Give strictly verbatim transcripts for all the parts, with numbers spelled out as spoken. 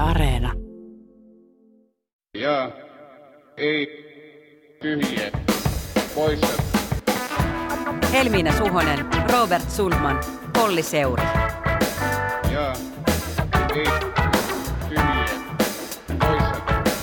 Areena. Ja ei tyhjiä poissa. Helmiina Suhonen, Robert Sundman, Olli Seuri. Ja ei tyhjiä poissa.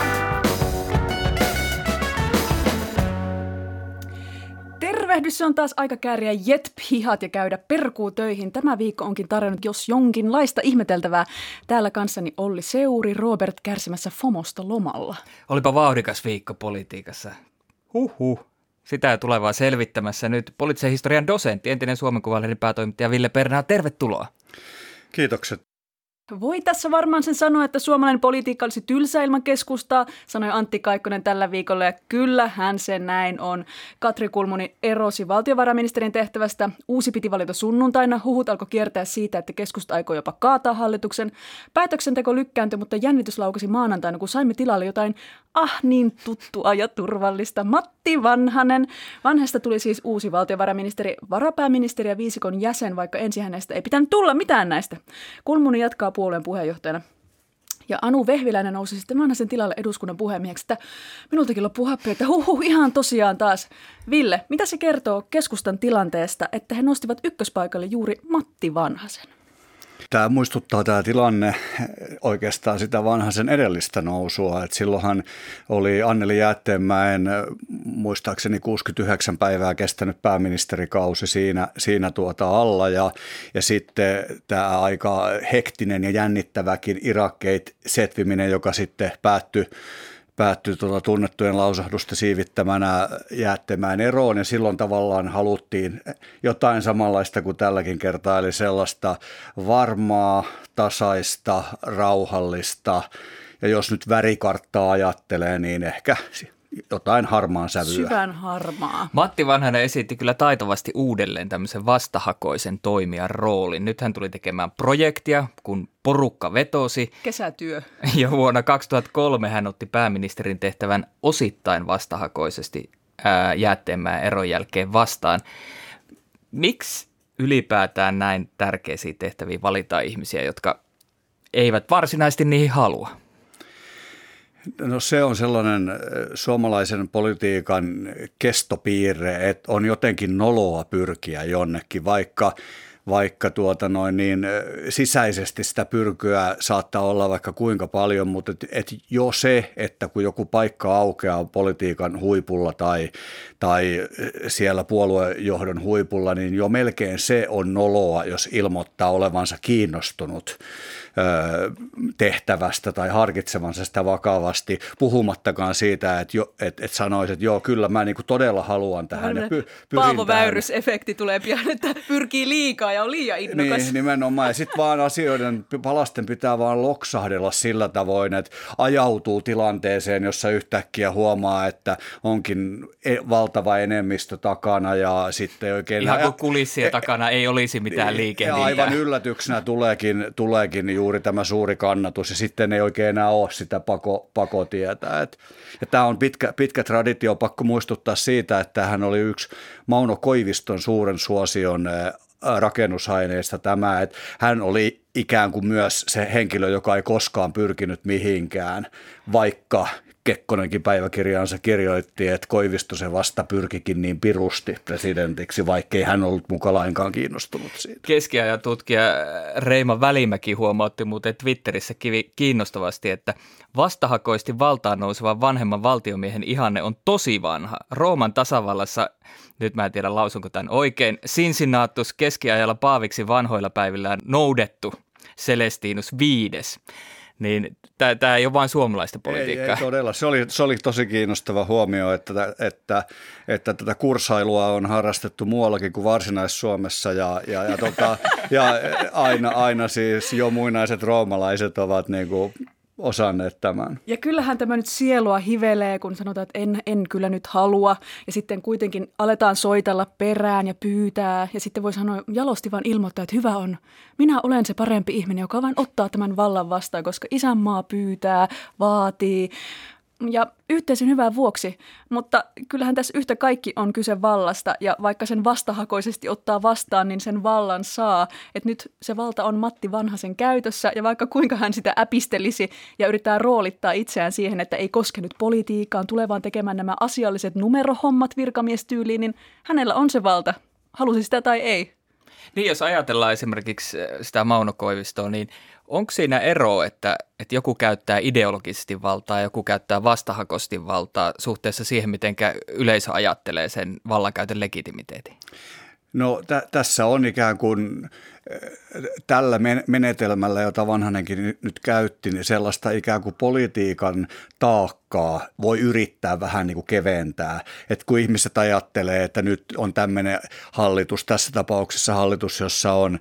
Tervehdys, se on taas aika kääriä jetp-hihat ja käydä perkuu töihin. Tämä viikko onkin tarjonnut jos jonkinlaista ihmeteltävää. Täällä kanssani Olli Seuri, Robert kärsimässä FOMosta lomalla. Olipa vauhdikas viikko politiikassa. Huhhuh. Sitä tulevaa selvittämässä nyt poliittisen historian dosentti, entinen Suomen Kuvalehden päätoimittaja Ville Pernaat. Tervetuloa. Kiitokset. Voi tässä varmaan sen sanoa, että suomalainen politiikka olisi tylsä ilman keskustaa, sanoi Antti Kaikkonen tällä viikolla, ja kyllähän se näin on. Katri Kulmuni erosi valtiovarainministerin tehtävästä, uusi piti valita sunnuntaina, huhut alkoi kiertää siitä, että keskusta aikoi jopa kaataa hallituksen. Päätöksenteko lykkääntyi, mutta jännitys laukasi maanantaina, kun saimme tilalle jotain ah niin tuttua ja turvallista. Matti Vanhanen. Vanhasta tuli siis uusi valtiovarainministeri, varapääministeri ja viisikon jäsen, vaikka ensin hänestä ei pitänyt tulla mitään näistä. Kulmuni jatkaa puolueen puheenjohtajana. Ja Anu Vehviläinen nousi sitten Vanhasen tilalle eduskunnan puhemieheksi, että minultakin loppuu happi, että huhu, ihan tosiaan taas. Ville, mitä se kertoo keskustan tilanteesta, että he nostivat ykköspaikalle juuri Matti Vanhasen? Tämä muistuttaa tämä tilanne oikeastaan sitä Vanhasen edellistä nousua, että silloinhan oli Anneli Jäätteenmäen muistaakseni kuusikymmentäyhdeksän päivää kestänyt pääministerikausi siinä, siinä tuota alla ja, ja sitten tämä aika hektinen ja jännittäväkin Irak-gate setviminen, joka sitten päättyi päättyi tuota tunnettujen lausahdusten siivittämänä Jäätteenmäen eroon, ja silloin tavallaan haluttiin jotain samanlaista kuin tälläkin kertaa, eli sellaista varmaa, tasaista, rauhallista, ja jos nyt värikarttaa ajattelee, niin ehkä jotain harmaan sävyä. Syvän harmaa. Matti Vanhanen esitti kyllä taitavasti uudelleen tämmöisen vastahakoisen toimijan roolin. Nyt hän tuli tekemään projektia, kun porukka vetosi. Kesätyö. Ja vuonna kaksituhattakolme hän otti pääministerin tehtävän osittain vastahakoisesti ää, Jäätteenmäen eron jälkeen vastaan. Miksi ylipäätään näin tärkeisiin tehtäviin valitaan ihmisiä, jotka eivät varsinaisesti niihin halua? No se on sellainen suomalaisen politiikan kestopiirre, että on jotenkin noloa pyrkiä jonnekin, vaikka, vaikka tuota noin niin sisäisesti sitä pyrkyä saattaa olla vaikka kuinka paljon, mutta et, et jo se, että kun joku paikka aukeaa politiikan huipulla tai, tai siellä puoluejohdon huipulla, niin jo melkein se on noloa, jos ilmoittaa olevansa kiinnostunut tehtävästä tai harkitsevansa sitä vakavasti, puhumattakaan siitä, että, jo, että, että sanoisi, että joo, kyllä mä niin kuin todella haluan tähän. Ja py, Paavo Väyrys-efekti tulee pian, että pyrkii liikaa ja on liian innokas. Niin, nimenomaan. Ja sitten vaan asioiden palasten pitää vaan loksahdella sillä tavoin, että ajautuu tilanteeseen, jossa yhtäkkiä huomaa, että onkin valtava enemmistö takana ja sitten oikein... Ihan kuin kulissien takana ei olisi mitään liikehdintää. Aivan yllätyksenä tuleekin, tuleekin juuri tämä suuri kannatus, ja sitten ei oikein enää ole sitä pako, pakotietä. Et, ja tämä on pitkä, pitkä traditio, pakko muistuttaa siitä, että hän oli yksi Mauno Koiviston suuren suosion rakennusaineista tämä, että hän oli ikään kuin myös se henkilö, joka ei koskaan pyrkinyt mihinkään, vaikka Kekkonenkin päiväkirjaansa kirjoitti, että Koivisto se vasta pyrkikin niin pirusti presidentiksi, vaikkei hän ollut muka lainkaan kiinnostunut siitä. Keskiajan tutkija Reima Välimäki huomautti muuten Twitterissä kiinnostavasti, että vastahakoisesti valtaan nousevan vanhemman valtiomiehen ihanne on tosi vanha. Rooman tasavallassa, nyt mä en tiedä lausunko tämän oikein, Cincinnatus keskiajalla paaviksi vanhoilla päivillään noudettu Celestinus viides. Niin tämä ei ole vain suomalaista politiikkaa. Ei, ei todella. Se oli, se oli tosi kiinnostava huomio, että, että, että tätä kurssailua on harrastettu muuallakin kuin Varsinais-Suomessa ja, ja, ja, tota, ja aina, aina siis jo muinaiset roomalaiset ovat niin kuin osanneet tämän. Ja kyllähän tämä nyt sielua hivelee, kun sanotaan, että en, en kyllä nyt halua. Ja sitten kuitenkin aletaan soitella perään ja pyytää. Ja sitten voi sanoa jalosti vaan ilmoittaa, että hyvä on. Minä olen se parempi ihminen, joka vain ottaa tämän vallan vastaan, koska isänmaa pyytää, vaatii. ja yhteisen hyvän vuoksi, mutta kyllähän tässä yhtä kaikki on kyse vallasta ja vaikka sen vastahakoisesti ottaa vastaan, niin sen vallan saa. Että nyt se valta on Matti Vanhasen käytössä ja vaikka kuinka hän sitä äpistelisi ja yrittää roolittaa itseään siihen, että ei koske nyt politiikkaan, tulee vaan tekemään nämä asialliset numerohommat virkamiestyyliin, niin hänellä on se valta, halusi sitä tai ei. Niin, jos ajatellaan esimerkiksi sitä Mauno Koivistoa, niin onko siinä ero, että, että joku käyttää ideologisesti valtaa ja joku käyttää vastahakoisesti valtaa suhteessa siihen, miten yleisö ajattelee sen vallankäytön legitimiteetin? No t- tässä on ikään kuin tällä menetelmällä, jota Vanhanenkin nyt käytti, niin sellaista ikään kuin politiikan taakkaa voi yrittää vähän niin kuin keventää. Että kun ihmiset ajattelee, että nyt on tämmöinen hallitus, tässä tapauksessa hallitus, jossa on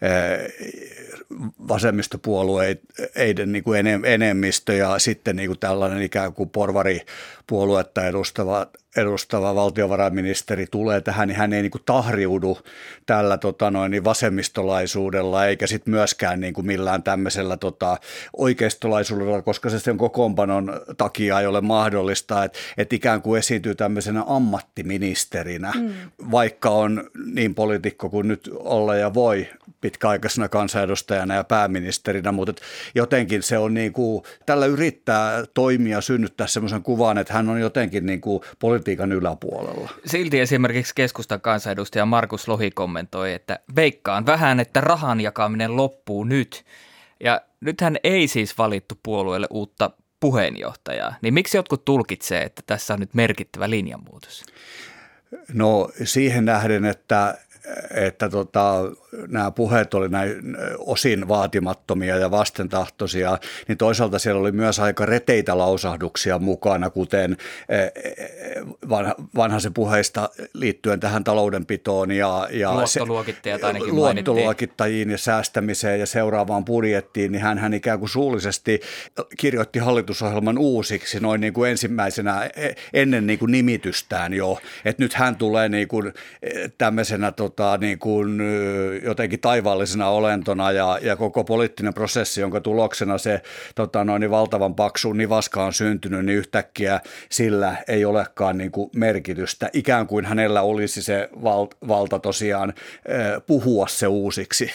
vasemmistopuolueiden niin kuin enemmistö ja sitten niin kuin tällainen ikään kuin porvaripuoluetta edustava, edustava valtiovarainministeri tulee tähän, niin hän ei niin kuin tahriudu tällä tota noin, niin vasemmistolaisuudella eikä sitten myöskään niin kuin millään tämmöisellä tota, oikeistolaisuudella, koska se sen kokoonpanon takia ei ole mahdollista, että, että ikään kuin esiintyy tämmöisenä ammattiministerinä, mm. vaikka on niin poliitikko kuin nyt olla ja voi pitkäaikaisena kansanedustajana ja pääministerinä, mutta jotenkin se on niin kuin, tällä yrittää toimia, synnyttää semmoisen kuvan, että hän on jotenkin niin kuin politiikan yläpuolella. Silti esimerkiksi keskustan kansanedustaja Markus Lohi kommentoi, että veikkaan vähän, että rahan jakaminen loppuu nyt. Ja nythän ei siis valittu puolueelle uutta puheenjohtajaa. Niin miksi jotkut tulkitsee, että tässä on nyt merkittävä linjanmuutos? No siihen nähden, että että tota, nämä puheet oli näin osin vaatimattomia ja vastentahtoisia, niin toisaalta siellä oli myös aika reteitä lausahduksia mukana, kuten Vanhasen puheista liittyen tähän taloudenpitoon ja, ja luottoluokittajat ainakin luottoluokittajiin ja säästämiseen ja seuraavaan budjettiin, niin hän, hän ikään kuin suullisesti kirjoitti hallitusohjelman uusiksi noin niin kuin ensimmäisenä ennen niin kuin nimitystään jo, että nyt hän tulee niin kuin tämmöisenä Tota, niin kuin, jotenkin taivaallisena olentona ja, ja koko poliittinen prosessi, jonka tuloksena se tota, noin, valtavan paksu nivaska on syntynyt, niin yhtäkkiä sillä ei olekaan niin kuin merkitystä. Ikään kuin hänellä olisi se val, valta tosiaan eh, puhua se uusiksi.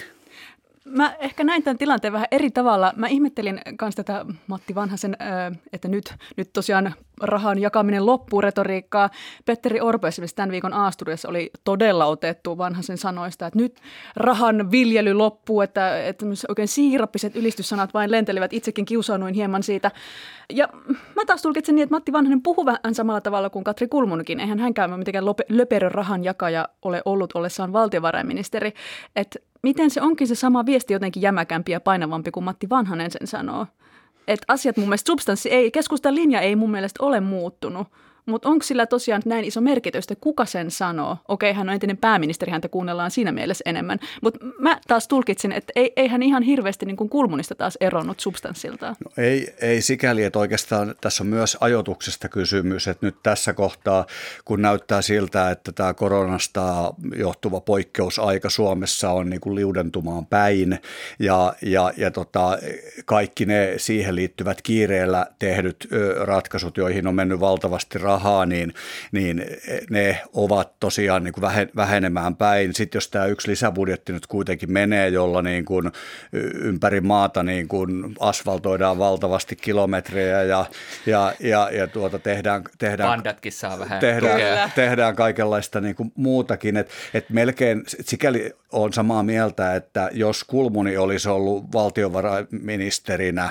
Mä ehkä näin tämän tilanteen vähän eri tavalla. Mä ihmettelin myös tätä Matti Vanhasen, että nyt, nyt tosiaan rahan jakaminen loppuu -retoriikkaa. Petteri Orpo esimerkiksi tämän viikon A-studiossa oli todella otettu Vanhasen sanoista, että nyt rahan viljely loppuu, että, että oikein siirappiset ylistyssanat vain lentelivät. Itsekin kiusaunuin hieman siitä. Ja mä taas tulkitsen niin, että Matti Vanhanen puhuu vähän samalla tavalla kuin Katri Kulmunikin. Eihän hänkään mitenkään löperö rahan jakaja ole ollut ollessaan valtiovarainministeri. Että miten se onkin se sama viesti jotenkin jämäkämpi ja painavampi kuin Matti Vanhanen sen sanoo? Että asiat mun mielestä, substanssi ei, keskustan linja ei mun mielestä ole muuttunut, mutta onko sillä tosiaan näin iso merkitys, että kuka sen sanoo? Okei, hän on entinen pääministeri, häntä kuunnellaan siinä mielessä enemmän, mutta mä taas tulkitsin, että ei, ei hän ihan hirveästi niin kuin Kulmunista taas eronnut substanssiltaan. No ei, ei sikäli, että oikeastaan tässä on myös ajoituksesta kysymys, että nyt tässä kohtaa, kun näyttää siltä, että tämä koronasta johtuva poikkeusaika Suomessa on niin kuin liudentumaan päin ja, ja, ja tota, kaikki ne siihen liittyvät kiireellä tehdyt ratkaisut, joihin on mennyt valtavasti rahaa, niin, niin ne ovat tosiaan niin kuin vähenemään päin. Sitten jos tämä yksi lisäbudjetti nyt kuitenkin menee, jolla niin kuin ympäri maata niin kuin asfaltoidaan valtavasti kilometrejä ja, ja, ja, ja tuota tehdään, tehdään, Pandatkin saa vähän tehdään, tehdään kaikenlaista niin kuin muutakin. Et, et melkein sikäli on samaa mieltä, että jos Kulmuni olisi ollut valtiovarainministerinä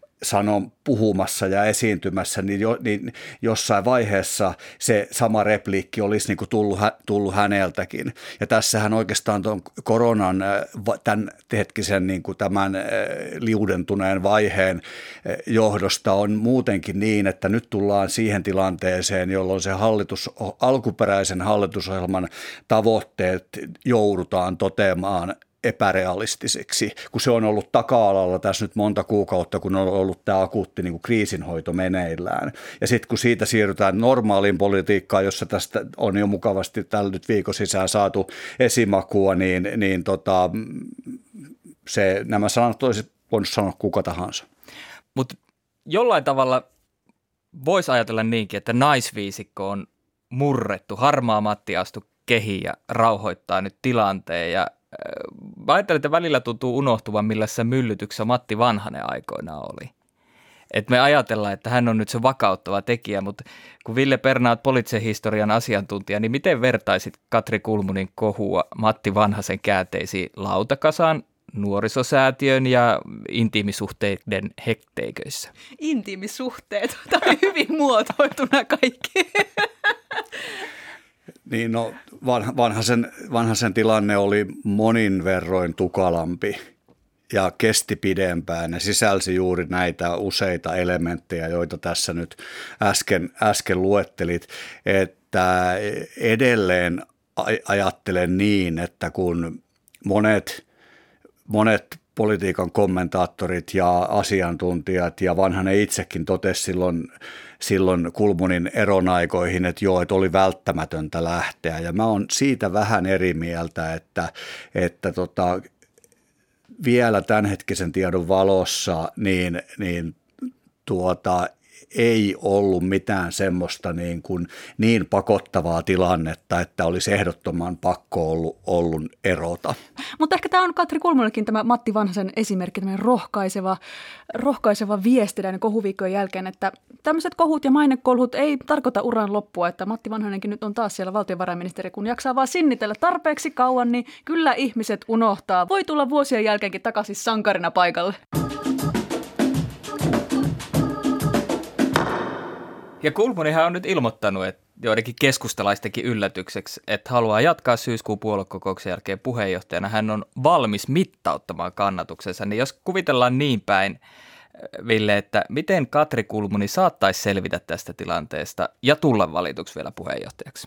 sanon puhumassa ja esiintymässä, niin, jo, niin jossain vaiheessa se sama repliikki olisi niin kuin tullut, tullut häneltäkin. Ja tässähän oikeastaan tuon koronan tämän hetkisen niin kuin tämän liudentuneen vaiheen johdosta on muutenkin niin, että nyt tullaan siihen tilanteeseen, jolloin se hallitus, alkuperäisen hallitusohjelman tavoitteet joudutaan toteamaan epärealistisiksi, kun se on ollut taka-alalla tässä nyt monta kuukautta, kun on ollut tämä akuutti niin kuin kriisinhoito meneillään. Ja sitten kun siitä siirrytään normaaliin politiikkaan, jossa tästä on jo mukavasti tällä nyt viikon sisään saatu esimakua, niin, niin tota, se, nämä sanat olisi voinut sanoa kuka tahansa. Mutta jollain tavalla voisi ajatella niinkin, että naisviisikko on murrettu. Harmaa Matti astui kehiin ja rauhoittaa nyt tilanteen. Ja äh, ajattelen, että välillä tuntuu unohtuvan, millaisessa myllytyksessä Matti Vanhanen aikoinaan oli. Et me ajatellaan, että hän on nyt se vakauttava tekijä, mutta kun Ville Perna on poliittisen historian asiantuntija, niin miten vertaisit Katri Kulmunin kohua Matti Vanhasen käänteisiin lautakasaan, nuorisosäätiön ja intiimisuhteiden hekteiköissä? Intiimisuhteet, tämä oli hyvin muotoiltuna kaikki. Niin no, vanhasen, vanhasen tilanne oli monin verroin tukalampi ja kesti pidempään ja sisälsi juuri näitä useita elementtejä, joita tässä nyt äsken, äsken luettelit, että edelleen ajattelen niin, että kun monet, monet politiikan kommentaattorit ja asiantuntijat ja Vanhanen itsekin totesi silloin, silloin Kulmunin eron aikoihin, että joo, että oli välttämätöntä lähteä ja mä oon siitä vähän eri mieltä, että, että tota, vielä tämänhetkisen tiedon valossa niin, niin tuota, ei ollut mitään semmoista niin, kuin niin pakottavaa tilannetta, että olisi ehdottoman pakko ollut, ollut erota. Mutta ehkä tämä on Katri Kulmunillekin tämä Matti Vanhasen esimerkki, tämmöinen rohkaiseva, rohkaiseva viesti näiden kohuviikkojen jälkeen, että tämmöiset kohut ja mainekolhut ei tarkoita uran loppua, että Matti Vanhanenkin nyt on taas siellä valtiovarainministeri, kun jaksaa vaan sinnitellä tarpeeksi kauan, niin kyllä ihmiset unohtaa. Voi tulla vuosien jälkeenkin takaisin sankarina paikalle. Ja Kulmunihan on nyt ilmoittanut, että joidenkin keskustalaistenkin yllätykseksi, että haluaa jatkaa syyskuun puoluekokouksen jälkeen puheenjohtajana. Hän on valmis mittauttamaan kannatuksensa. Niin jos kuvitellaan niin päin, Ville, että miten Katri Kulmuni saattaisi selvitä tästä tilanteesta ja tulla valituksi vielä puheenjohtajaksi?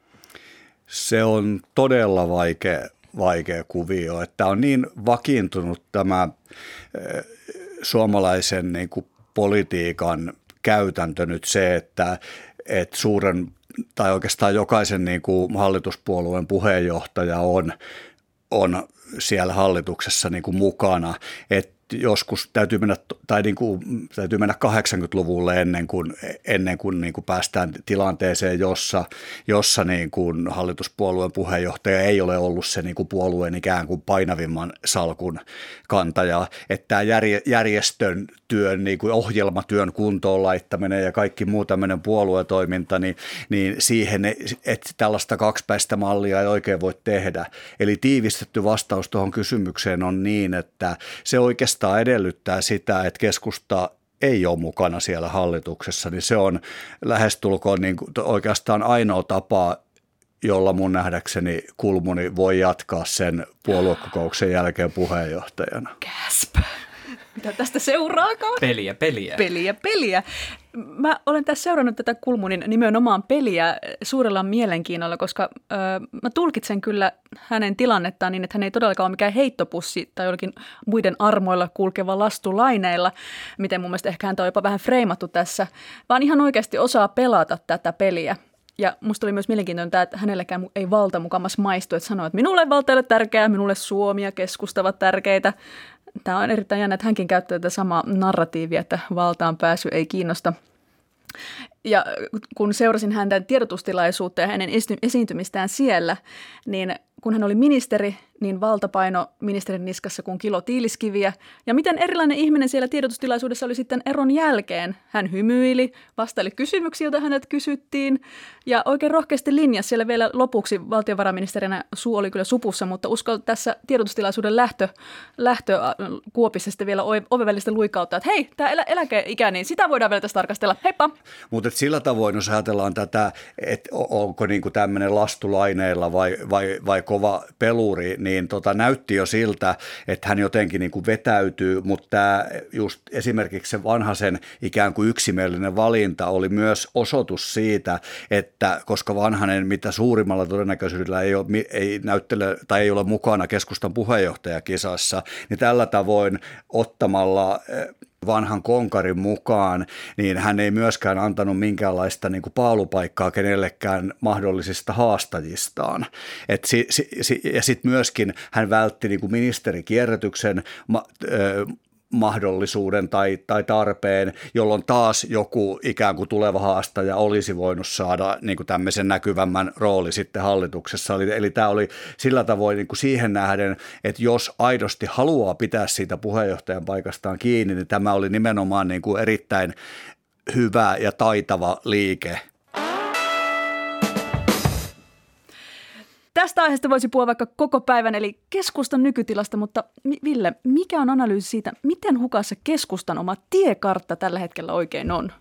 Se on todella vaikea, vaikea kuvio, että on niin vakiintunut tämä eh, suomalaisen niin kuin politiikan käytäntö nyt se, että, että suuren tai oikeastaan jokaisen niin kuin hallituspuolueen puheenjohtaja on, on siellä hallituksessa niin kuin mukana, että joskus täytyy mennä, tai niin kuin, täytyy mennä kahdeksankymmentäluvulle ennen kuin, ennen kuin, niin kuin päästään tilanteeseen, jossa, jossa niin kuin hallituspuolueen puheenjohtaja ei ole ollut se niin kuin puolueen ikään kuin painavimman salkun kantaja. Että tämä järjestön työn, niin kuin ohjelmatyön kuntoon laittaminen ja kaikki muu tämmöinen puoluetoiminta, niin, niin siihen, että tällaista kaksipäistä mallia ei oikein voi tehdä. Eli tiivistetty vastaus tuohon kysymykseen on niin, että se oikeastaan edellyttää sitä, että keskusta ei ole mukana siellä hallituksessa, niin se on lähestulkoon niin kuin oikeastaan ainoa tapa, jolla mun nähdäkseni Kulmuni voi jatkaa sen puoluekokouksen jälkeen puheenjohtajana. Gasp! Mitä tästä seuraakaan? Peliä, peliä. Peliä, peliä. Mä olen tässä seurannut tätä Kulmunin nimenomaan peliä suurella mielenkiinnolla, koska ö, mä tulkitsen kyllä hänen tilannettaan niin, että hän ei todellakaan ole mikään heittopussi tai jollakin muiden armoilla kulkeva lastulaineilla, miten mun mielestä ehkä häntä on jopa vähän freimattu tässä, vaan ihan oikeasti osaa pelata tätä peliä. Ja musta oli myös mielenkiintoinen, että hänellekään ei valta mukamas maistu, että sanoo, että minulle valta ei ole tärkeää, minulle Suomi ja keskusta ovat tärkeitä. Tämä on erittäin jännä, että hänkin käyttää tätä samaa narratiivia, että valtaan pääsy ei kiinnosta. Ja kun seurasin häntä tiedotustilaisuutta ja hänen esiintymistään siellä, niin kun hän oli ministeri, niin valtapaino ministerin niskassa kuin kilo tiiliskiviä. Ja miten erilainen ihminen siellä tiedotustilaisuudessa oli sitten eron jälkeen. Hän hymyili, vastaili kysymyksiä, joita hänet kysyttiin. Ja oikein rohkeasti linjasi siellä vielä lopuksi valtiovarainministerinä suu oli kyllä supussa, mutta uskal tässä tiedotustilaisuuden lähtö, lähtö kuopissa sitten vielä oven välistä luikauttaa, että hei, tämä elä, eläkeikä, niin sitä voidaan vielä tässä tarkastella. Heippa! Mutta sillä tavoin, jos ajatellaan tätä, että onko niinku tämmöinen lastulaineilla vai, vai, vai kova peluri, niin tota, näytti jo siltä, että hän jotenkin niinku vetäytyy, mutta tämä just esimerkiksi se Vanhasen ikään kuin yksimielinen valinta oli myös osoitus siitä, että koska Vanhanen mitä suurimmalla todennäköisyydellä ei, ole, ei näyttele tai ei ole mukana keskustan puheenjohtajakisassa, niin tällä tavoin ottamalla vanhan konkarin mukaan, niin hän ei myöskään antanut minkäänlaista niin kuin paalupaikkaa kenellekään mahdollisista haastajistaan. Et si, si, si, ja sitten myöskin hän vältti niin kuin ministerikierrätyksen ma, ö, mahdollisuuden tai, tai tarpeen, jolloin taas joku ikään kuin tuleva haastaja olisi voinut saada niin kuin tämmöisen näkyvämmän rooli sitten hallituksessa. Eli, eli tämä oli sillä tavoin niin kuin siihen nähden, että jos aidosti haluaa pitää siitä puheenjohtajan paikastaan kiinni, niin tämä oli nimenomaan niin kuin erittäin hyvä ja taitava liike. Tästä aiheesta voisi puhua vaikka koko päivän, eli keskustan nykytilasta, mutta Ville, mikä on analyysi siitä, miten hukassa keskustan oma tiekartta tällä hetkellä oikein on?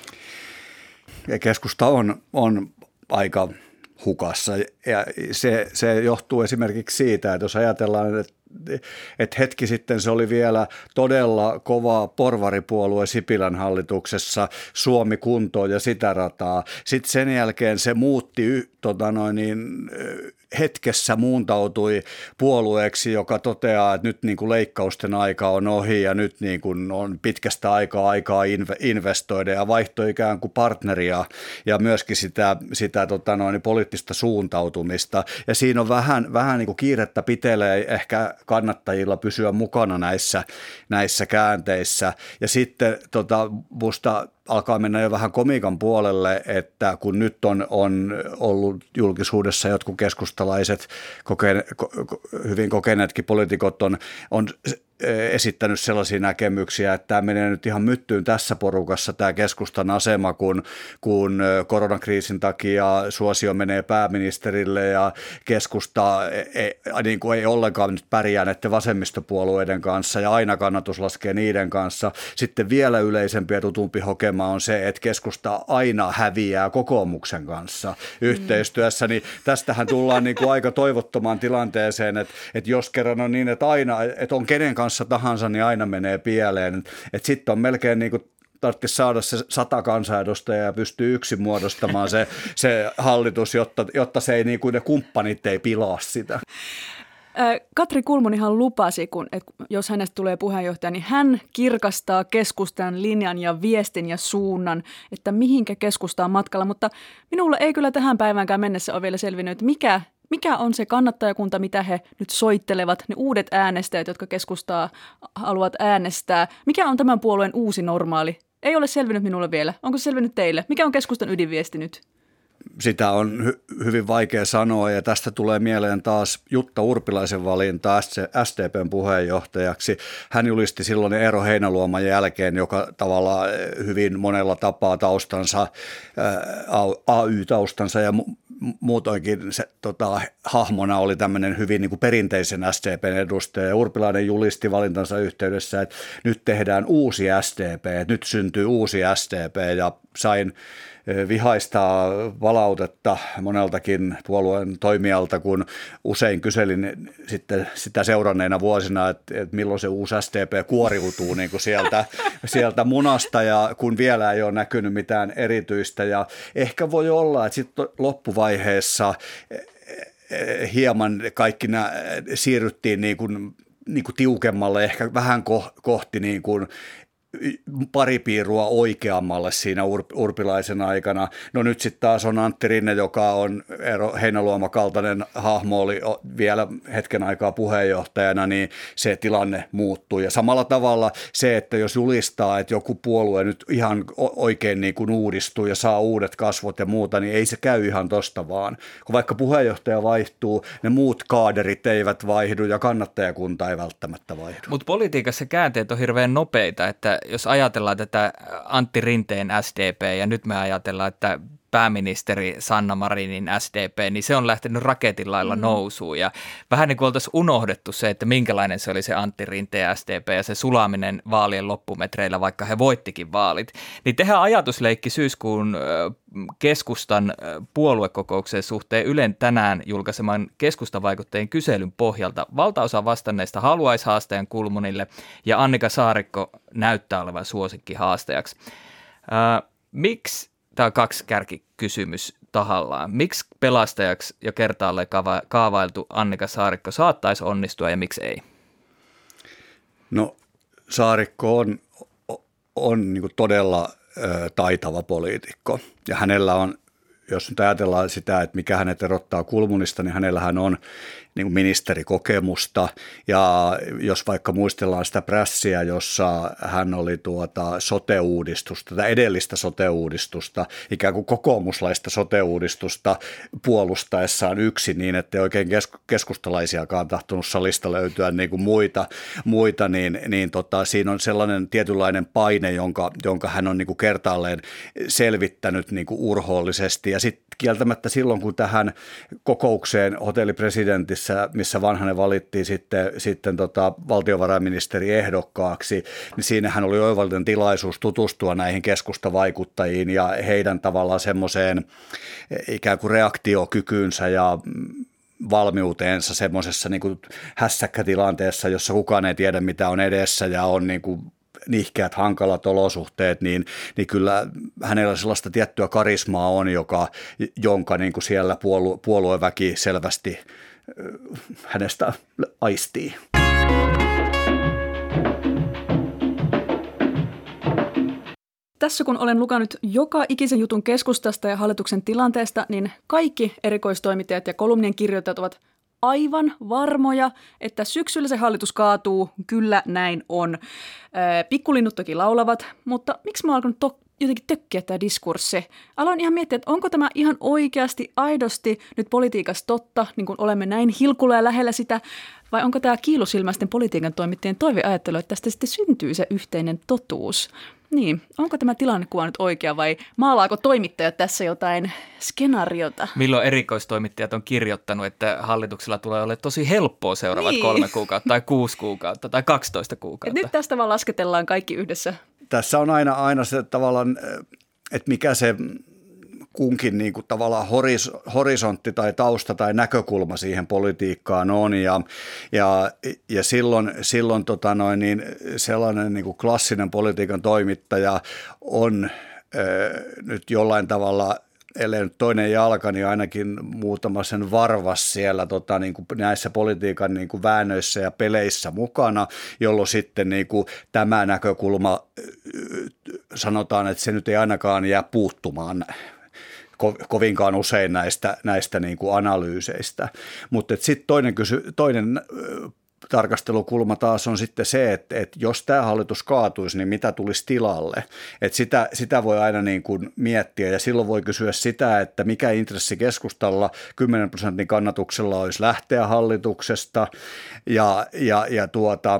Ja keskusta on, on aika hukassa ja se, se johtuu esimerkiksi siitä, että jos ajatellaan, että että hetki sitten se oli vielä todella kova porvaripuolue Sipilän hallituksessa, Suomi kuntoon ja sitä rataa. Sitten sen jälkeen se muutti tota noin, niin, hetkessä muuntautui puolueeksi, joka toteaa, että nyt niin kuin leikkausten aika on ohi ja nyt niin kuin on pitkästä aikaa aikaa investoida ja vaihtoi ikään kuin partneria ja myöskin sitä, sitä tota noin, poliittista suuntautumista. Ja siinä on vähän, vähän niin kuin kiirettä pitelee ehkä kannattajilla pysyä mukana näissä, näissä käänteissä. Ja sitten tota, musta alkaa mennä jo vähän komiikan puolelle, että kun nyt on, on ollut julkisuudessa jotkut keskustalaiset, kokeen, ko, hyvin kokeneetkin poliitikot on, on esittänyt sellaisia näkemyksiä, että tämä menee nyt ihan myttyyn tässä porukassa tämä keskustan asema, kun, kun koronakriisin takia suosio menee pääministerille ja keskusta ei, niin kuin ei ollenkaan nyt pärjää näiden vasemmistopuolueiden kanssa ja aina kannatus laskee niiden kanssa. Sitten vielä yleisempi ja tutumpi hokema on se, että keskusta aina häviää kokoomuksen kanssa yhteistyössä, niin tästähän tullaan niin kuin aika toivottomaan tilanteeseen, että, että jos kerran on niin, että aina, että on kenen kanssa tahansa, niin aina menee pieleen. Että sitten on melkein niin kuin tarvitsisi saada se sata kansanedustajaa ja pystyy yksin muodostamaan se, se hallitus, jotta, jotta se ei, niin kuin ne kumppanit ei pilaa sitä. Katri Kulmunihan lupasi, kun, että jos hänestä tulee puheenjohtaja, niin hän kirkastaa keskustan linjan ja viestin ja suunnan, että mihinkä keskusta on matkalla. Mutta minulle ei kyllä tähän päiväänkään mennessä ole vielä selvinnyt, että mikä, mikä on se kannattajakunta, mitä he nyt soittelevat, ne uudet äänestäjät, jotka keskustaa haluavat äänestää. Mikä on tämän puolueen uusi normaali? Ei ole selvinnyt minulle vielä. Onko se selvinnyt teille? Mikä on keskustan ydinviesti nyt? Sitä on hy- hyvin vaikea sanoa ja tästä tulee mieleen taas Jutta Urpilaisen valinta S D P:n puheenjohtajaksi. Hän julisti silloin Eero Heinäluoman jälkeen, joka tavallaan hyvin monella tapaa taustansa, A Y-taustansa ja mu- muutoinkin se tota, hahmona oli tämmöinen hyvin niin kuin perinteisen S D P:n edustaja. Urpilainen julisti valintansa yhteydessä, että nyt tehdään uusi S D P, että nyt syntyy uusi S D P ja sain vihaista palautetta moneltakin puolueen toimijalta, kun usein kyselin sitten sitä seuranneena vuosina, että, että milloin se uusi S D P kuoriutuu niin kuin sieltä, sieltä munasta ja kun vielä ei ole näkynyt mitään erityistä ja ehkä voi olla, että sitten loppuvaiheessa hieman kaikki nämä siirryttiin niin kuin, niin kuin tiukemmalle, ehkä vähän kohti niin kuin pari piirua oikeammalle siinä Urpilaisen aikana. No nyt sitten taas on Antti Rinne, joka on Eero Heinäluoma kaltainen hahmo, oli vielä hetken aikaa puheenjohtajana, niin se tilanne muuttuu. Ja samalla tavalla se, että jos julistaa, että joku puolue nyt ihan oikein niin kuin uudistuu ja saa uudet kasvot ja muuta, niin ei se käy ihan tosta vaan. Kun vaikka puheenjohtaja vaihtuu, ne muut kaaderit eivät vaihdu ja kannattajakunta ei välttämättä vaihdu. Mutta politiikassa käänteet on hirveän nopeita, että jos ajatellaan tätä Antti Rinteen S D P ja nyt me ajatellaan, että pääministeri Sanna Marinin S D P, niin se on lähtenyt raketin lailla mm. nousuun ja vähän niin kuin oltaisiin unohdettu se, että minkälainen se oli se Antti Rinteen S D P ja se sulaminen vaalien loppumetreillä, vaikka he voittikin vaalit. Niin tehdään ajatusleikki syyskuun keskustan puoluekokouksen suhteen Ylen tänään julkaiseman keskustavaikuttajien kyselyn pohjalta. Valtaosa vastanneista haluaisi haastajan Kulmunille ja Annika Saarikko näyttää olevan suosikki haastajaksi. Äh, miksi? Tämä on kaksi kärkikysymys tahallaan. Miksi pelastajaksi jo kertaalleen kaava- kaavailtu Annika Saarikko saattaisi onnistua ja miksi ei? No Saarikko on, on niin kuin todella ö, taitava poliitikko ja hänellä on, jos nyt ajatellaan sitä, että mikä hänet erottaa Kulmunista, niin hänellähän on niin kuin ministerikokemusta, ja jos vaikka muistellaan sitä prässiä, jossa hän oli tuota sote-uudistusta, tätä edellistä sote-uudistusta, ikään kuin kokoomuslaista sote-uudistusta puolustaessaan yksin niin, että ei oikein keskustalaisiakaan tahtonut salista löytyä niin kuin muita, muita niin, niin tota, siinä on sellainen tietynlainen paine, jonka, jonka hän on niin kuin kertaalleen selvittänyt niin kuin urhoollisesti, ja sitten kieltämättä silloin, kun tähän kokoukseen hotellipresidentissä, missä Vanhanen valittiin sitten, sitten tota valtiovarainministeri ehdokkaaksi, niin siinähän oli oivallinen tilaisuus tutustua näihin keskustavaikuttajiin ja heidän tavallaan semmoiseen ikään kuin reaktiokykyynsä ja valmiuteensa semmoisessa niin kuin hässäkkätilanteessa, jossa kukaan ei tiedä, mitä on edessä ja on niin kuin nihkeät, hankalat olosuhteet, niin, niin kyllä hänellä sellaista tiettyä karismaa on, joka, jonka niin kuin siellä puolue, puolueväki selvästi hänestä aistii. Tässä kun olen lukenut joka ikisen jutun keskustasta ja hallituksen tilanteesta, niin kaikki erikoistoimittajat ja kolumnien kirjoittajat ovat aivan varmoja, että syksyllä se hallitus kaatuu, kyllä näin on. Pikkulinnut toki laulavat, mutta miksi mä oon alkanut to- jotenkin tökkiä tämä diskurssi? Aloin ihan miettiä, että onko tämä ihan oikeasti, aidosti nyt politiikassa totta, niin kuin olemme näin hilkulla ja lähellä sitä, vai onko tämä kiilusilmäisten politiikan toimittajien toiveajattelu, että tästä sitten syntyy se yhteinen totuus? Niin, onko tämä tilannekuva nyt oikea vai maalaako toimittajat tässä jotain skenaariota? Milloin erikoistoimittajat on kirjoittanut, että hallituksella tulee olemaan tosi helppoa seuraavat niin. kolme kuukautta tai kuusi kuukautta tai kaksitoista kuukautta? Et nyt tästä vaan lasketellaan kaikki yhdessä. Tässä on aina, aina se tavallaan, että mikä se kunkin niin kuin tavallaan horis, horisontti tai tausta tai näkökulma siihen politiikkaan on ja, ja, ja silloin, silloin tota noin, niin sellainen niin kuin klassinen politiikan toimittaja on ö, nyt jollain tavalla, ellei nyt toinen jalka, niin ainakin muutama sen varvas siellä tota, niin kuin näissä politiikan niin kuin väännöissä ja peleissä mukana, jolloin sitten niin kuin tämä näkökulma sanotaan, että se nyt ei ainakaan jää puuttumaan kovinkaan usein näistä, näistä niin kuin analyyseistä. Mutta sitten toinen, kysy, toinen tarkastelukulma taas on sitten se, että, että jos tämä hallitus kaatuisi, niin mitä tulisi tilalle? Että sitä, sitä voi aina niin kuin miettiä ja silloin voi kysyä sitä, että mikä intressi keskustalla kymmenen prosentin kannatuksella olisi lähteä hallituksesta ja, ja, ja tuota,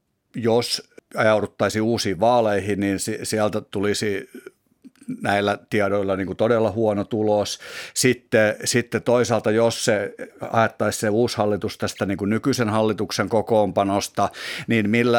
jos ajauduttaisiin uusiin vaaleihin, niin sieltä tulisi näillä tiedoilla niin kuin todella huono tulos. Sitten, sitten toisaalta, jos se haettaisiin se uusi hallitus tästä niin kuin nykyisen hallituksen kokoonpanosta, niin millä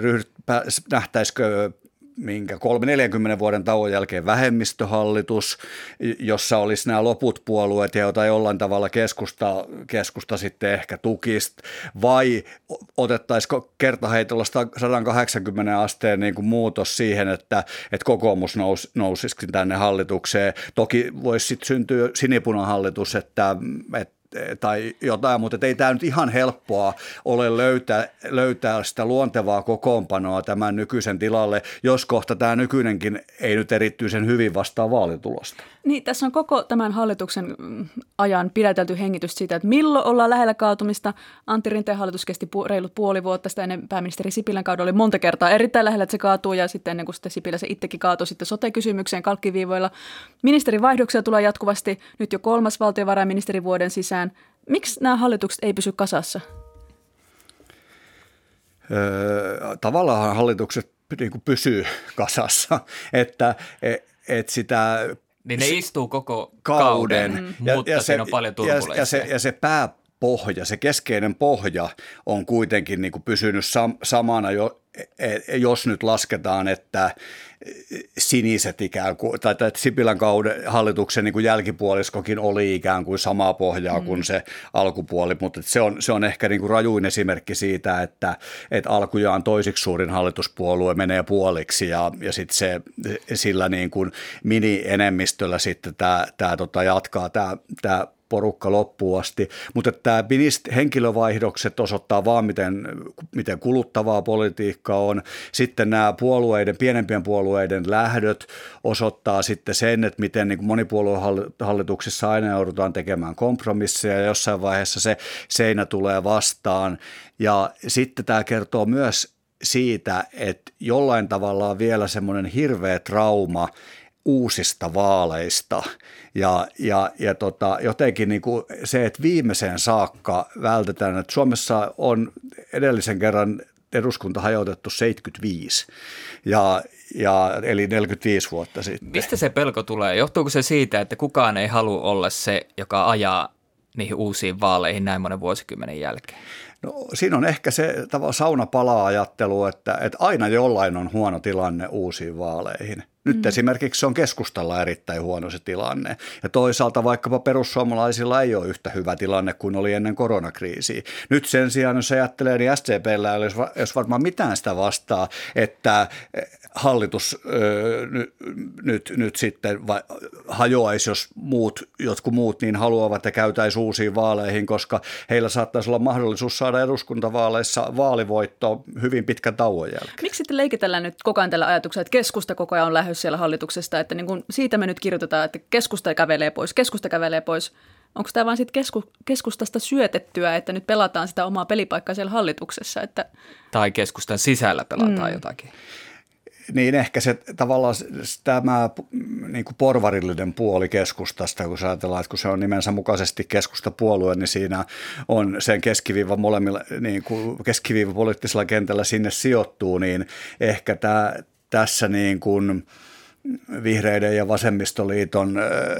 nähtäisikö minkä kolme neljänkymmenen vuoden tauon jälkeen vähemmistöhallitus, jossa olisi nämä loput puolueet, joita jollain tavalla keskusta, keskusta sitten ehkä tukisi, vai otettaisiko kertaheitolla sata kahdeksankymmentä asteen niin kuin muutos siihen, että, että kokoomus nous, nousisikin tänne hallitukseen. Toki voisi sitten syntyä sinipunahallitus, että, että tai jotain, mutta ei tämä nyt ihan helppoa ole löytää, löytää sitä luontevaa kokoonpanoa tämän nykyisen tilalle, jos kohta tämä nykyinenkin ei nyt erityisen hyvin vastaa vaalitulosta. Niin, tässä on koko tämän hallituksen ajan pidätelty hengitys siitä, että milloin ollaan lähellä kaatumista. Antti Rinteen hallitus kesti pu- reilut puoli vuotta, sitä ennen pääministeri Sipilän kaudella oli monta kertaa erittäin lähellä, että se kaatuu, ja sitten ennen kuin sitten Sipilä se itsekin kaatui sitten sote-kysymykseen kalkkiviivoilla. Ministerivaihdoksia tulee jatkuvasti, nyt jo kolmas valtiovarainministeri vuoden sisään. Miksi nämä hallitukset ei pysy kasassa? Öö, tavallaan hallitukset niin kuin pysyy kasassa, että et sitä niin ne istuu koko kauden, kauden ja, mutta ja se, siinä on paljon turbulenssia. Ja, ja, se, ja se pääpohja, se keskeinen pohja on kuitenkin niin kuin pysynyt sam, samana, jo, jos nyt lasketaan, että siniset ikään kuin, tai että Sipilän kauden hallituksen niin kuin jälkipuoliskokin oli ikään kuin samaa pohjaa mm. kuin se alkupuoli, mutta se on, se on ehkä niin kuin rajuin esimerkki siitä, että, että alkujaan toisiksi suurin hallituspuolue menee puoliksi ja, ja sitten se sillä niin kuin mini-enemmistöllä sitten tämä, tämä tota jatkaa tämä, tämä porukka loppuun asti, mutta tämä henkilövaihdokset osoittaa vaan, miten, miten kuluttavaa politiikkaa politiikka on. Sitten nämä puolueiden, pienempien puolueiden lähdöt osoittaa sitten sen, että miten niin kuin monipuoluehallituksissa aina joudutaan tekemään kompromisseja ja jossain vaiheessa se seinä tulee vastaan. Ja sitten tämä kertoo myös siitä, että jollain tavalla on vielä semmoinen hirveä trauma uusista vaaleista ja, ja, ja tota, jotenkin niin kuin se, että viimeiseen saakka vältetään, että Suomessa on edellisen kerran eduskunta hajotettu seitsemänkymmentäviisi, ja, ja, eli neljäkymmentäviisi vuotta sitten. Mistä se pelko tulee? Johtuuko se siitä, että kukaan ei halua olla se, joka ajaa niihin uusiin vaaleihin näin monen vuosikymmenen jälkeen? No, siinä on ehkä se saunapala-ajattelu, että, että aina jollain on huono tilanne uusiin vaaleihin. Nyt mm. esimerkiksi se on keskustalla erittäin huono se tilanne. Ja toisaalta vaikkapa perussuomalaisilla ei ole yhtä hyvä tilanne kuin oli ennen koronakriisiä. Nyt sen sijaan, jos ajattelee, niin S D P:llä ei olisi varmaan mitään sitä vastaa, että hallitus ö, nyt, nyt, nyt sitten va, hajoaisi, jos muut, jotkut muut niin haluavat ja käytäisi uusiin vaaleihin, koska heillä saattaisi olla mahdollisuus saada eduskuntavaaleissa vaalivoitto hyvin pitkän tauon jälkeen. Miksi sitten leikitellään nyt koko ajan tällä ajatuksella, että keskusta koko ajan on lähdössä siellä hallituksesta, että niin kuin siitä me nyt kirjoitetaan, että keskusta kävelee pois, keskusta kävelee pois. Onko tämä vaan sitten kesku, keskustasta syötettyä, että nyt pelataan sitä omaa pelipaikkaa siellä hallituksessa? Että... Tai keskustan sisällä pelataan mm. jotakin. Niin ehkä se tavallaan tämä niin kuin porvarillinen puoli keskustasta, kun ajatellaan, että kun se on nimensä mukaisesti keskustapuolue, niin siinä on sen keskiviiva molemmilla, niin kuin keskiviiva poliittisella kentällä sinne sijoittuu, niin ehkä tämä, tässä niin kuin vihreiden ja vasemmistoliiton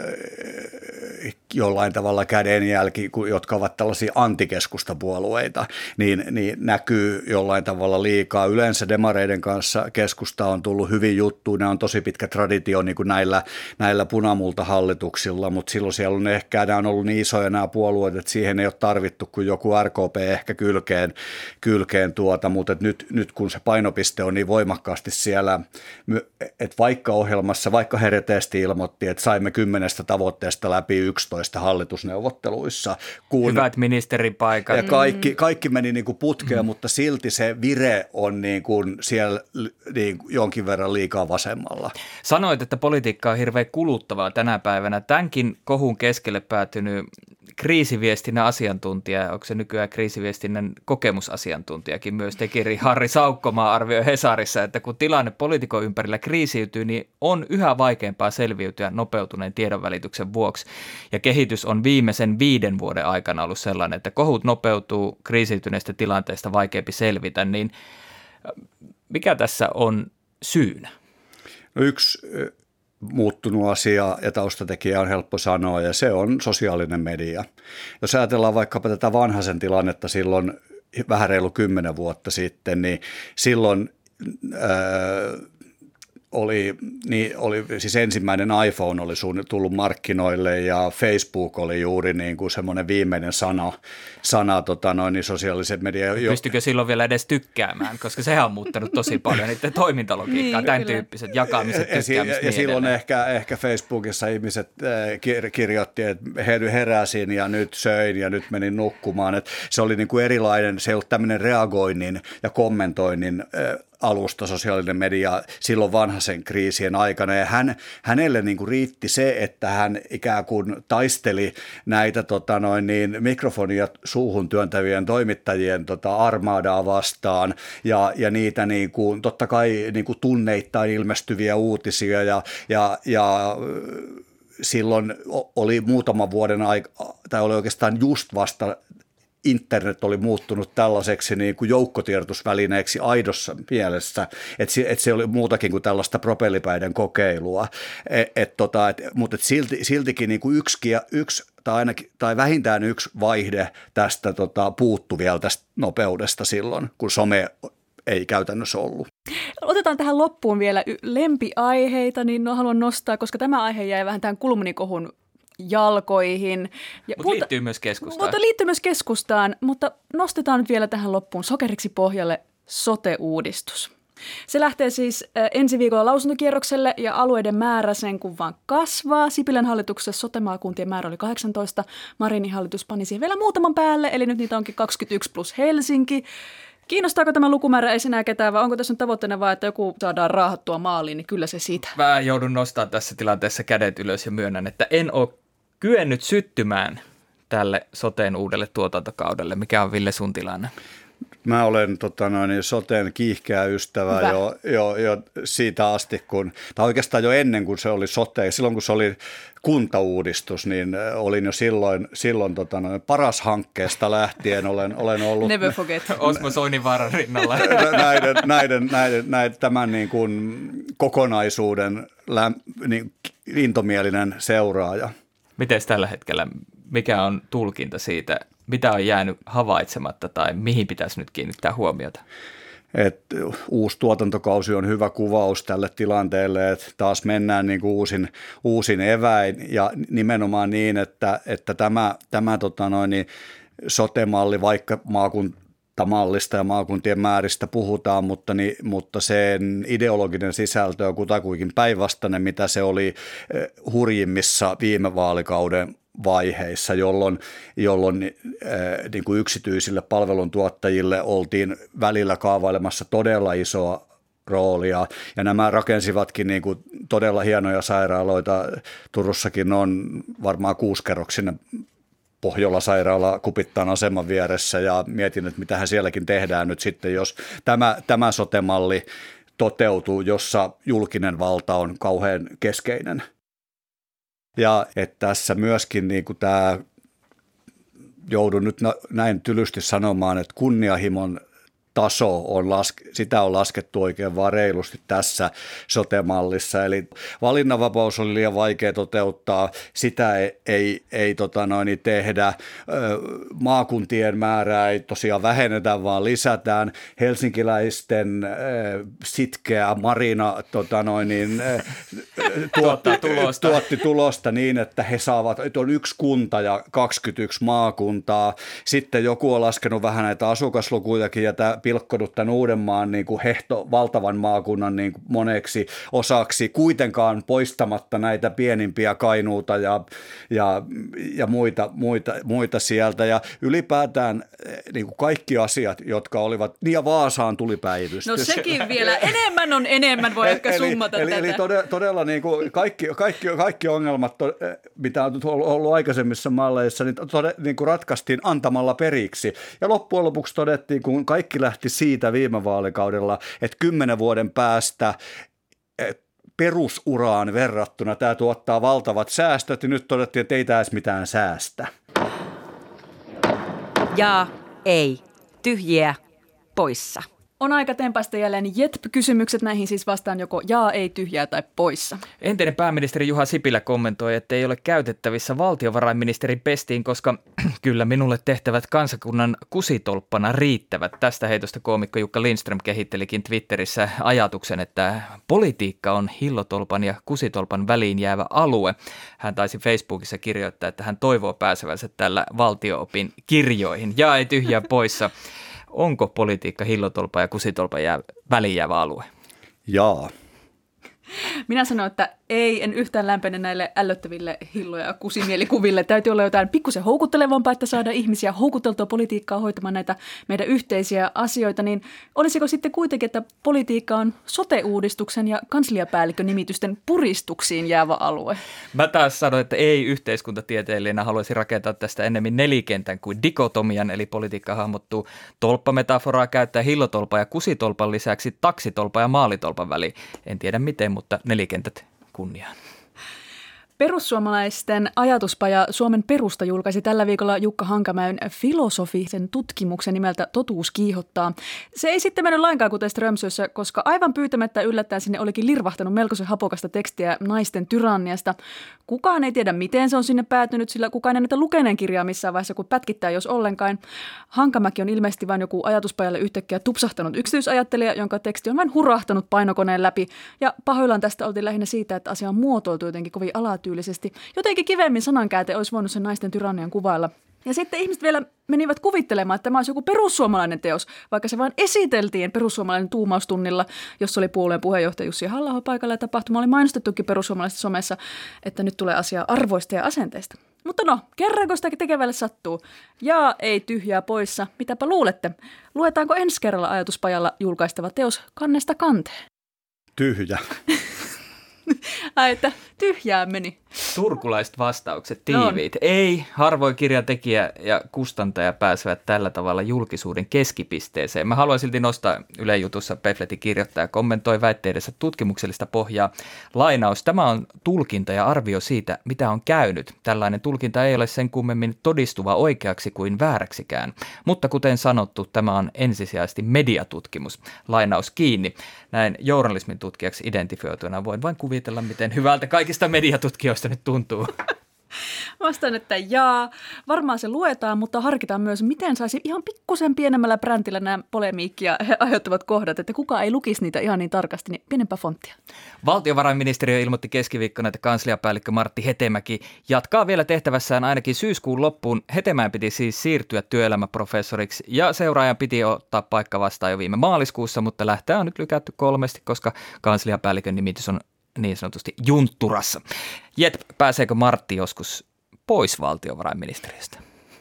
jollain tavalla kädenjälki, jotka ovat tällaisia antikeskustapuolueita, niin, niin näkyy jollain tavalla liikaa. Yleensä demareiden kanssa keskusta on tullut hyvin juttuun, ne on tosi pitkä traditio niin kuin näillä, näillä punamultahallituksilla, mutta silloin siellä on ehkä, nämä on ollut niin isoja nämä puolueet, että siihen ei ole tarvittu kuin joku R K P ehkä kylkeen, kylkeen tuota, mutta nyt, nyt kun se painopiste on niin voimakkaasti siellä, että vaikka ohjelmassa, vaikka Hereteesti ilmoitti, että saimme kymmenestä tavoitteesta läpi yksitoista hallitusneuvotteluissa. Kun hyvät ministeripaikat. Ja kaikki, kaikki meni niin kuin putkeen, mm. mutta silti se vire on niin kuin siellä niin kuin jonkin verran liikaa vasemmalla. Sanoit, että politiikka on hirveän kuluttavaa tänä päivänä. Tämänkin kohun keskelle päätynyt kriisiviestinnän asiantuntija, onko se nykyään kriisiviestinnän kokemusasiantuntijakin myös, tekiri Harri Saukkomaa arvioi Hesarissa, että kun tilanne poliitikon ympärillä kriisiytyy, niin on yhä vaikeampaa selviytyä nopeutuneen tiedonvälityksen vuoksi. Ja kehitys on viimeisen viiden vuoden aikana ollut sellainen, että kohut nopeutuu, kriisiytyneestä tilanteesta vaikeampi selvitä, niin mikä tässä on syynä? No yksi muuttunut asia ja taustatekijä on helppo sanoa, ja se on sosiaalinen media. Jos ajatellaan vaikkapa tätä Vanhasen tilannetta silloin vähän reilu kymmenen vuotta sitten, niin silloin ää, oli, niin oli, siis ensimmäinen iPhone oli tullut markkinoille ja Facebook oli juuri niin kuin semmoinen viimeinen sana, sana tota noin, niin sosiaaliset media. Pystykö silloin vielä edes tykkäämään, koska sehän on muuttanut tosi paljon niiden toimintalogiikkaa, niin, tämän kyllä. tyyppiset jakamiset, tykkäämiset. Ja, ja silloin ehkä, ehkä Facebookissa ihmiset kir- kirjoitti, että heräsin ja nyt söin ja nyt menin nukkumaan. Että se oli niin kuin erilainen, se ei ollut tämmöinen reagoinnin ja kommentoinnin alusta sosiaalinen media silloin Vanhasen kriisien aikana, ja hän, hänelle niin kuin riitti se, että hän ikään kuin taisteli näitä tota noin, niin, mikrofonia suuhun työntävien toimittajien tota, armaadaa vastaan, ja, ja niitä niin kuin, totta kai niin kuin tunneittain ilmestyviä uutisia, ja, ja, ja silloin oli muutaman vuoden aika, tai oli oikeastaan just vasta internet oli muuttunut tällaiseksi niin kuin joukkotiedotusvälineeksi aidossa mielessä, että se, että se oli muutakin kuin tällaista propellipäiden kokeilua, et, et, tota, et, mutta et silti, siltikin niin kuin yksi, yksi tai, ainakin, tai vähintään yksi vaihde tästä tota, puuttu vielä tästä nopeudesta silloin, kun some ei käytännössä ollut. Otetaan tähän loppuun vielä lempiaiheita, niin haluan nostaa, koska tämä aihe jäi vähän tähän kulmunikohun jalkoihin. Mutta liittyy myös keskustaan. Mutta liittyy myös keskustaan, mutta nostetaan nyt vielä tähän loppuun sokeriksi pohjalle sote-uudistus. Se lähtee siis ensi viikolla lausuntokierrokselle ja alueiden määrä sen kun vaan kasvaa. Sipilän hallituksessa sote-maakuntien määrä oli kahdeksantoista, Marinin hallitus pani siihen vielä muutaman päälle, eli nyt niitä onkin kaksikymmentäyksi plus Helsinki. Kiinnostaako tämä lukumäärä ei sinä ketään vai onko tässä nyt tavoitteena vaan, että joku saadaan raahattua maaliin, niin kyllä se siitä. Mä joudun nostamaan tässä tilanteessa kädet ylös ja myönnän, että en ole kyennyt syttymään tälle soteen uudelle tuotantokaudelle. Mikä on Ville sun tilanne? Mä olen tota noin, soten kiihkeä ystävä jo, jo, jo siitä asti, kun, tai oikeastaan jo ennen kuin se oli sote, silloin kun se oli kuntauudistus, niin olin jo silloin, silloin tota noin, Paras-hankkeesta lähtien olen, olen ollut Never forget. Osmo Soininvaaran rinnalla. näiden, näiden, näiden, näiden, tämän niin kuin kokonaisuuden läm, niin, intomielinen seuraaja. Miten tällä hetkellä, mikä on tulkinta siitä, mitä on jäänyt havaitsematta tai mihin pitäisi nyt kiinnittää huomiota? Et uusi tuotantokausi on hyvä kuvaus tälle tilanteelle, että taas mennään niin kuin uusin, uusin eväin ja nimenomaan niin, että, että tämä, tämä tota noin, niin sote-malli, vaikka maakuntamallista ja maakuntien määristä puhutaan, mutta, niin, mutta sen ideologinen sisältö on kutakuinkin päinvastainen, mitä se oli hurjimmissa viime vaalikauden vaiheissa, jolloin, jolloin äh, niin kuin yksityisille palveluntuottajille oltiin välillä kaavailemassa todella isoa roolia, ja nämä rakensivatkin niin kuin todella hienoja sairaaloita. Turussakin on varmaan kuusikerroksinen Pohjola-sairaala Kupittaan aseman vieressä, ja mietin, että mitähän sielläkin tehdään nyt sitten, jos tämä, tämä sote-malli toteutuu, jossa julkinen valta on kauhean keskeinen. Ja että tässä myöskin niin kuin tämä, joudun nyt näin tylysti sanomaan, että kunnianhimon taso on laske, sitä on laskettu oikein vaan reilusti tässä sote-mallissa. Eli valinnanvapaus oli liian vaikea toteuttaa, sitä ei, ei, ei tota noin, tehdä. Maakuntien määrää ei tosiaan vähennetä, vaan lisätään. Helsinkiläisten sitkeä Marina tota noin, tuotti, tulosta. tuotti tulosta niin, että he saavat, että on yksi kunta ja kaksikymmentäyksi maakuntaa. Sitten joku on laskenut vähän näitä asukaslukujakin ja tämä pilkkonut tämän Uudenmaan niin kuin hehto, valtavan maakunnan niin kuin moneksi osaksi, kuitenkaan poistamatta näitä pienimpiä Kainuuta ja, ja, ja muita, muita, muita sieltä. Ja ylipäätään niin kuin kaikki asiat, jotka olivat, niin ja Vaasaan tuli päivystys. No sekin vielä, enemmän on enemmän, voi ehkä summata eli, tätä. Eli todella, todella niin kuin kaikki, kaikki, kaikki ongelmat, mitä on ollut aikaisemmissa malleissa, niin, tode, niin kuin ratkaistiin antamalla periksi. Ja loppujen lopuksi todettiin, kun kaikki lähti siitä viime vaalikaudella, että kymmenen vuoden päästä perusuraan verrattuna tämä tuottaa valtavat säästöt, ja nyt todettiin, että ei tämä edes mitään säästä. Jaa, ei, tyhjiä, poissa. On aika tempaista jälleen J E T P-kysymykset, näihin siis vastaan joko jaa, ei, tyhjää tai poissa. Entinen pääministeri Juha Sipilä kommentoi, että ei ole käytettävissä valtiovarainministerin pestiin, koska kyllä minulle tehtävät kansakunnan kusitolppana riittävät. Tästä heitosta koomikko Jukka Lindström kehittelikin Twitterissä ajatuksen, että politiikka on hillotolpan ja kusitolpan väliin jäävä alue. Hän taisi Facebookissa kirjoittaa, että hän toivoo pääsevänsä tällä valtio-opin kirjoihin. Jaa, ei, tyhjää, poissa. Onko politiikka hillotolpa ja kusitolpa jää, väliin jäävä alue? Jaa. Minä sanon, että ei, en yhtään lämpene näille ällöttäville hillo- ja kusimielikuville. Täytyy olla jotain pikkusen houkuttelevampaa, että saada ihmisiä houkuteltua politiikkaa hoitamaan näitä meidän yhteisiä asioita. Niin olisiko sitten kuitenkin, että politiikka on sote-uudistuksen ja kansliapäällikön nimitysten puristuksiin jäävä alue? Mä taas sanoin, että ei yhteiskuntatieteilijänä haluaisin rakentaa tästä ennemmin nelikentän kuin dikotomian, eli politiikka hahmottuu tolppametaforaa käyttää hillotolpa ja kusitolpan lisäksi taksitolpa ja maalitolpan väliin. En tiedä miten, mutta nelikentät kunniaan. Perussuomalaisten ajatuspaja Suomen Perusta julkaisi tällä viikolla Jukka Hankamäen filosofisen tutkimuksen nimeltä Totuus kiihottaa. Se ei sitten mennyt lainkaan kuten Strömsössä, koska aivan pyytämättä yllättäen sinne olikin lirvahtanut melkoisen hapokasta tekstiä naisten tyranniasta. Kukaan ei tiedä, miten se on sinne päätynyt, sillä kukaan ei näitä lukeneen kirjaa missään vaiheessa, kun pätkittää, jos ollenkaan. Hankamäki on ilmeisesti vain joku ajatuspajalle yhtäkkiä tupsahtanut yksityisajattelija, jonka teksti on vain hurahtanut painokoneen läpi. Ja pahoillaan tästä oltiin lähinnä siitä, että asia on muotoiltu jotenkin kovin alatyylisesti. Jotenkin kivemmin sanankäänte olisi voinut sen naisten tyrannian kuvailla. Ja sitten ihmiset vielä menivät kuvittelemaan, että tämä olisi joku perussuomalainen teos, vaikka se vain esiteltiin perussuomalainen tuumaustunnilla, jossa oli puolueen puheenjohtaja Jussi Halla-aho paikalla ja tapahtuma oli mainostettukin perussuomalaisessa somessa, että nyt tulee asiaa arvoista ja asenteista. Mutta no, kerranko sitä tekevälle sattuu? Jaa, ei tyhjää poissa. Mitäpä luulette? Luetaanko ensi kerralla Ajatuspajalla julkaistava teos kannesta kanteen? Tyhjä. Ai, että tyhjää meni. Turkulaiset vastaukset, tiiviit. No. Ei, harvoin kirjatekijä ja kustantaja pääsevät tällä tavalla julkisuuden keskipisteeseen. Mä haluan silti nostaa Yle Jutussa Pefletin kirjoittaja kommentoi väitteidessä tutkimuksellista pohjaa. Lainaus, tämä on tulkinta ja arvio siitä, mitä on käynyt. Tällainen tulkinta ei ole sen kummemmin todistuva oikeaksi kuin vääräksikään. Mutta kuten sanottu, tämä on ensisijaisesti mediatutkimus. Lainaus kiinni. Näin journalismin tutkijaksi identifioituna voin vain kuvitella, miten hyvältä kaikista mediatutkijoista nyt tuntuu. Vastaan, että jaa. Varmaan se luetaan, mutta harkitaan myös, miten saisi ihan pikkusen pienemmällä brändillä nämä polemiikkia aiheuttavat kohdat, että kukaan ei lukisi niitä ihan niin tarkasti, niin pienempää fonttia. Valtiovarainministeriö ilmoitti keskiviikkona, että kansliapäällikkö Martti Hetemäki jatkaa vielä tehtävässään ainakin syyskuun loppuun. Hetemäen piti siis siirtyä työelämäprofessoriksi ja seuraajan piti ottaa paikka vastaan jo viime maaliskuussa, mutta lähtää on nyt lykätty kolmesti, koska kansliapäällikön nimitys on niin sanotusti juntturassa. Jet, pääseekö Martti joskus pois valtiovarainministeriöstä?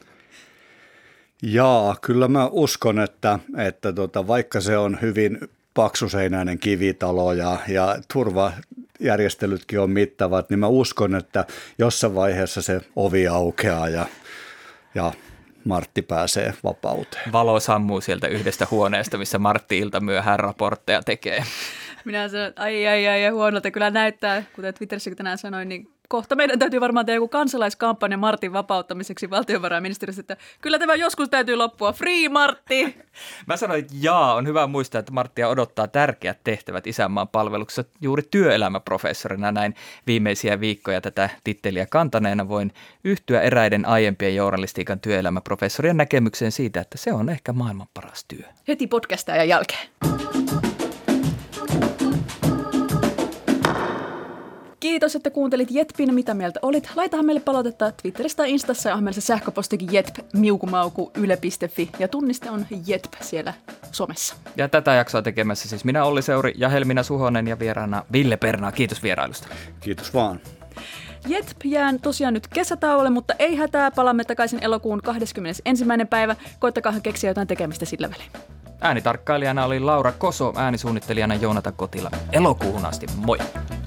Jaa, kyllä mä uskon, että, että tota, vaikka se on hyvin paksuseinäinen kivitalo ja, ja turvajärjestelytkin on mittavat, niin mä uskon, että jossain vaiheessa se ovi aukeaa ja, ja Martti pääsee vapauteen. Valo sammuu sieltä yhdestä huoneesta, missä Martti iltamyöhään raportteja tekee. Minä sanon, että ai ai ai huonolta kyllä näyttää, kuten Twitterissäkin tänään sanoin, niin kohta meidän täytyy varmaan tehdä joku kansalaiskampanja Martin vapauttamiseksi valtiovarainministeriössä, että kyllä tämä joskus täytyy loppua. Free Martti! Mä sanoin, että jaa, on hyvä muistaa, että Marttia odottaa tärkeät tehtävät isänmaan palveluksessa juuri työelämäprofessorina. Näin viimeisiä viikkoja tätä titteliä kantaneena voin yhtyä eräiden aiempien journalistiikan työelämäprofessorien näkemykseen siitä, että se on ehkä maailman paras työ. Heti podcastajan jälkeen. Kiitos, että kuuntelit Jetpin. Mitä mieltä olit? Laitahan meille palautetta Twitterissä tai Instassa ja on meillä se sähköpostikin jetp miukumauku yle piste fi ja tunniste on jetp siellä somessa. Ja tätä jaksoa tekemässä siis minä Olli Seuri ja Helmina Suhonen ja vieraana Ville Pernaa. Kiitos vierailusta. Kiitos vaan. Jetp jään tosiaan nyt kesätauolle, mutta ei hätää. Palaamme takaisin elokuun kahdeskymmenesensimmäinen päivä. Koittakaahan keksiä jotain tekemistä sillä väliin. Äänitarkkailijana oli Laura Koso, äänisuunnittelijana Joonatan Kotila. Elokuuhun asti, moi!